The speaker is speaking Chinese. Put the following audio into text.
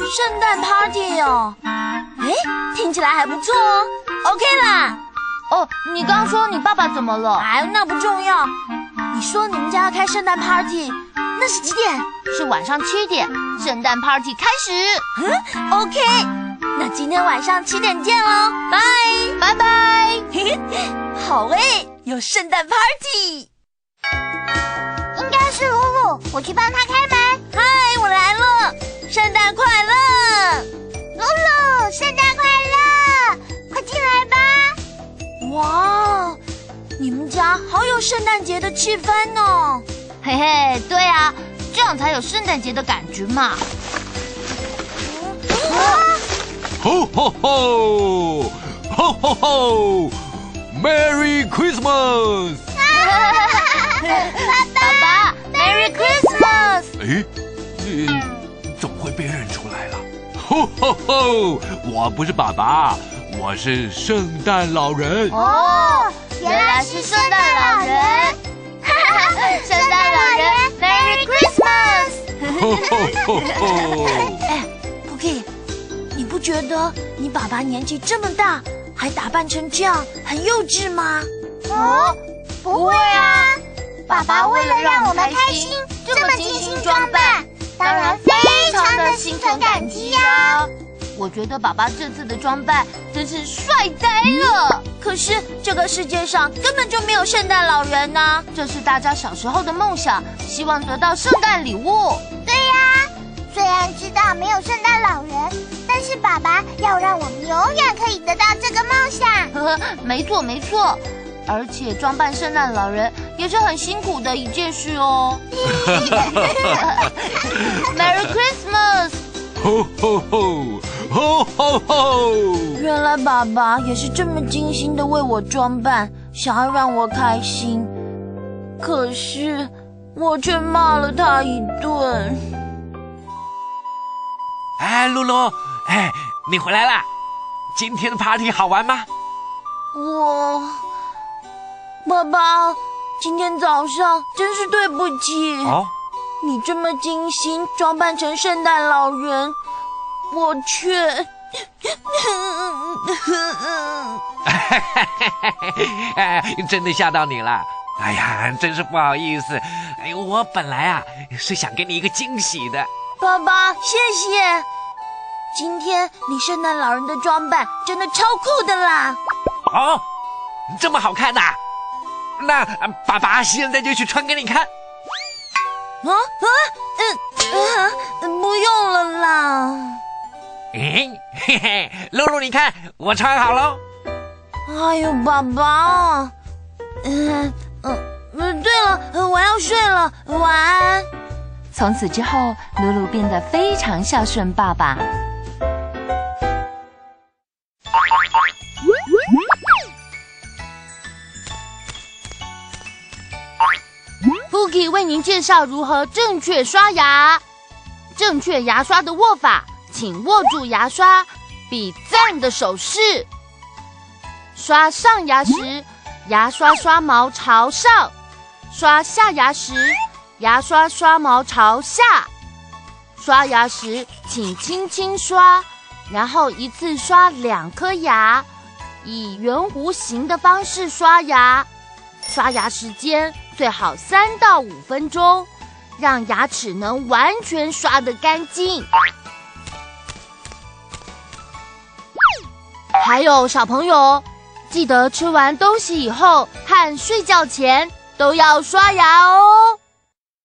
圣诞 party 哦，哎，听起来还不错哦 ，OK 啦。 哦，你刚说你爸爸怎么了？ 哎，那不重要。你说你们家要开圣诞 party， 那是几点？ 是晚上7点，圣诞 party 开始。 OK， 那今天晚上7点见喽，拜拜拜。 好诶，有圣诞 party。 应该是露露，我去帮她开门。 嗨，我来了，圣诞快乐！ 露露，圣诞快乐！快进来吧。 哇，你们家好有圣诞节的气氛哦。 嘿嘿，对啊，这样才有圣诞节的感觉嘛。 吼吼吼，吼吼吼 ，Merry Christmas！ 爸爸 ，Merry Christmas！ 哎，怎么会被认出来了？吼吼吼，我不是爸爸，我是圣诞老人。 哦，原来是圣诞老人！ 圣诞老人 ，Merry Christmas！ 吼吼吼吼！ 哎 ，Pookie， 你不觉得你爸爸年纪这么大，还打扮成这样，很幼稚吗？ 哦，不会啊，爸爸为了让我们开心，这么精心装扮，当然非常的心存感激呀。 我觉得爸爸这次的装扮真是帅呆了。 可是这个世界上根本就没有圣诞老人呢。 这是大家小时候的梦想，希望得到圣诞礼物。 对呀，虽然知道没有圣诞老人，但是爸爸要让我们永远可以得到这个梦想。 没错没错，而且装扮圣诞老人也是很辛苦的一件事哦。Merry Christmas！ 吼吼吼，吼吼吼！ 原来爸爸也是这么精心的为我装扮，想要让我开心。可是我却骂了他一顿。 哎，露露，哎，你回来啦！今天的 party 好玩吗？ 爸爸，今天早上真是对不起。 哦， 你这么精心装扮成圣诞老人，我却…… 真的吓到你了。哎呀，真是不好意思。哎呦，我本来啊是想给你一个惊喜的。 爸爸，谢谢。今天你圣诞老人的装扮真的超酷的啦！ 哦，这么好看呐、那爸爸现在就去穿给你看。 不用了啦。 嘿嘿，露露，你看我穿好喽。 哎呦，爸爸，对了，我要睡了，晚安。 从此之后，露露变得非常孝顺爸爸。Pookie 为您介绍如何正确刷牙。正确牙刷的握法，请握住牙刷，比赞的手势。刷上牙时，牙刷刷毛朝上；刷下牙时，牙刷刷毛朝下。刷牙时，请轻轻刷，然后一次刷2颗牙，以圆弧形的方式刷牙。刷牙时间最好3到5分钟，让牙齿能完全刷得干净。还有小朋友，记得吃完东西以后和睡觉前都要刷牙哦。